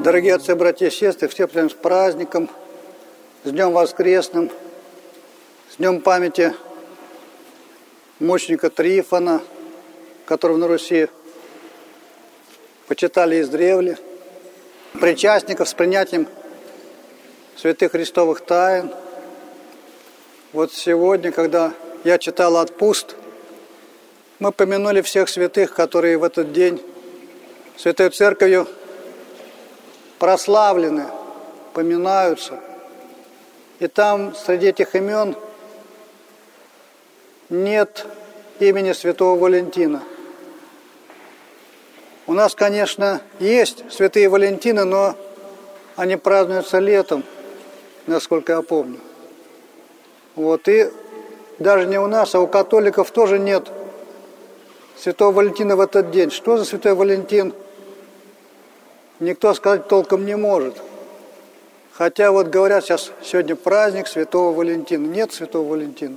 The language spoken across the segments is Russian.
Дорогие отцы, братья и сестры, всех с праздником, с Днем Воскресным, с Днем памяти мученика Трифона, которого на Руси почитали издревле, причастников с принятием святых христовых тайн. Вот сегодня, когда я читал отпуст, мы помянули всех святых, которые в этот день Святой Церковью прославлены, поминаются. И там среди этих имен нет имени святого Валентина. У нас, конечно, есть святые Валентины, но они празднуются летом, насколько я помню. Вот, и даже не у нас, а у католиков тоже нет святого Валентина в этот день. Что за святой Валентин? Никто сказать толком не может. Хотя вот говорят, сейчас сегодня праздник святого Валентина. Нет святого Валентина.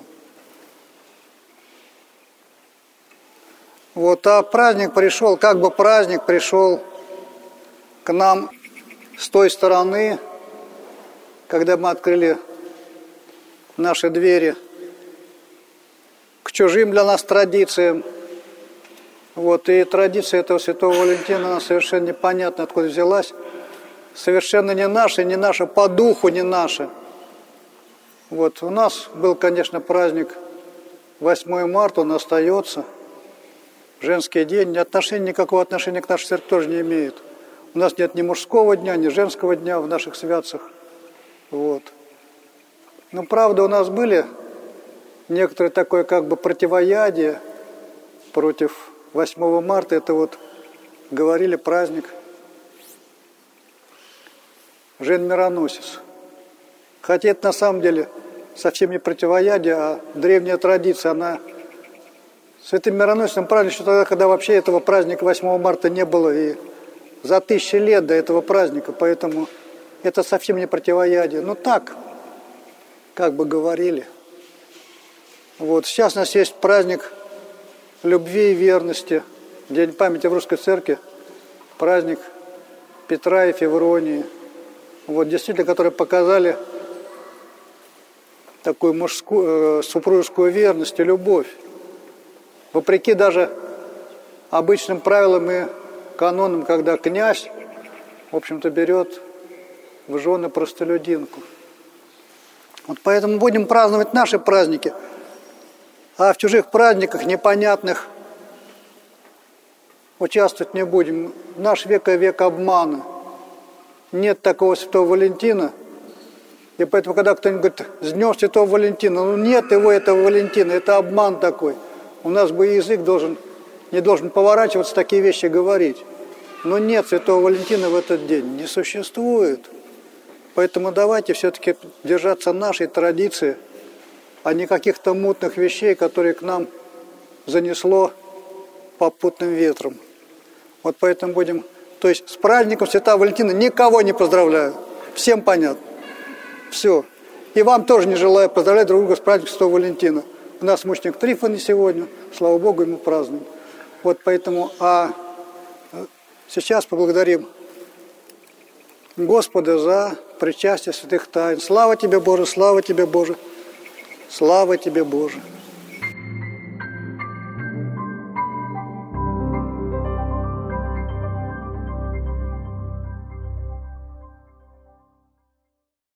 Вот, а праздник пришел, как бы праздник пришел к нам с той стороны, когда мы открыли наши двери к чужим для нас традициям. Вот, и традиция этого святого Валентина, она совершенно непонятно откуда взялась. Совершенно не наша по духу не наша. Вот, у нас был, конечно, праздник 8 марта, он остается. Женский день, никакого отношения к нашей церкви тоже не имеет. У нас нет ни мужского дня, ни женского дня в наших святцах. Вот. Но, правда, у нас были некоторые такое как бы противоядие против 8 марта. Это вот говорили праздник Жен-Мироносец. Хотя это на самом деле совсем не противоядие, а древняя традиция. Она святым Мироносцем праздник еще тогда, когда вообще этого праздника 8 марта не было, и за 1000 лет до этого праздника, поэтому это совсем не противоядие. Ну так, как бы говорили. Вот. Сейчас у нас есть праздник любви и верности, День памяти в Русской Церкви, праздник Петра и Февронии. Вот, действительно, которые показали такую мужскую, супружескую верность и любовь. Вопреки даже обычным правилам и канонам, когда князь, в общем-то, берет в жены простолюдинку. Вот поэтому будем праздновать наши праздники, а в чужих праздниках непонятных участвовать не будем. Наш век и век обмана. Нет такого святого Валентина. И поэтому, когда кто-нибудь говорит, с Днем Святого Валентина, ну нет его, этого Валентина, это обман такой. У нас бы язык не должен поворачиваться, такие вещи говорить. Но нет святого Валентина в этот день, не существует. Поэтому давайте все-таки держаться нашей традиции, а не каких-то мутных вещей, которые к нам занесло попутным ветром. Вот поэтому будем... То есть с праздником Святого Валентина никого не поздравляю. Всем понятно. Все. И вам тоже не желаю поздравлять друг друга с праздником Святого Валентина. У нас мученик Трифон сегодня, слава Богу, ему празднуем. Вот поэтому, сейчас поблагодарим Господа за причастие святых тайн. Слава тебе, Боже, слава тебе, Боже, слава тебе, Боже.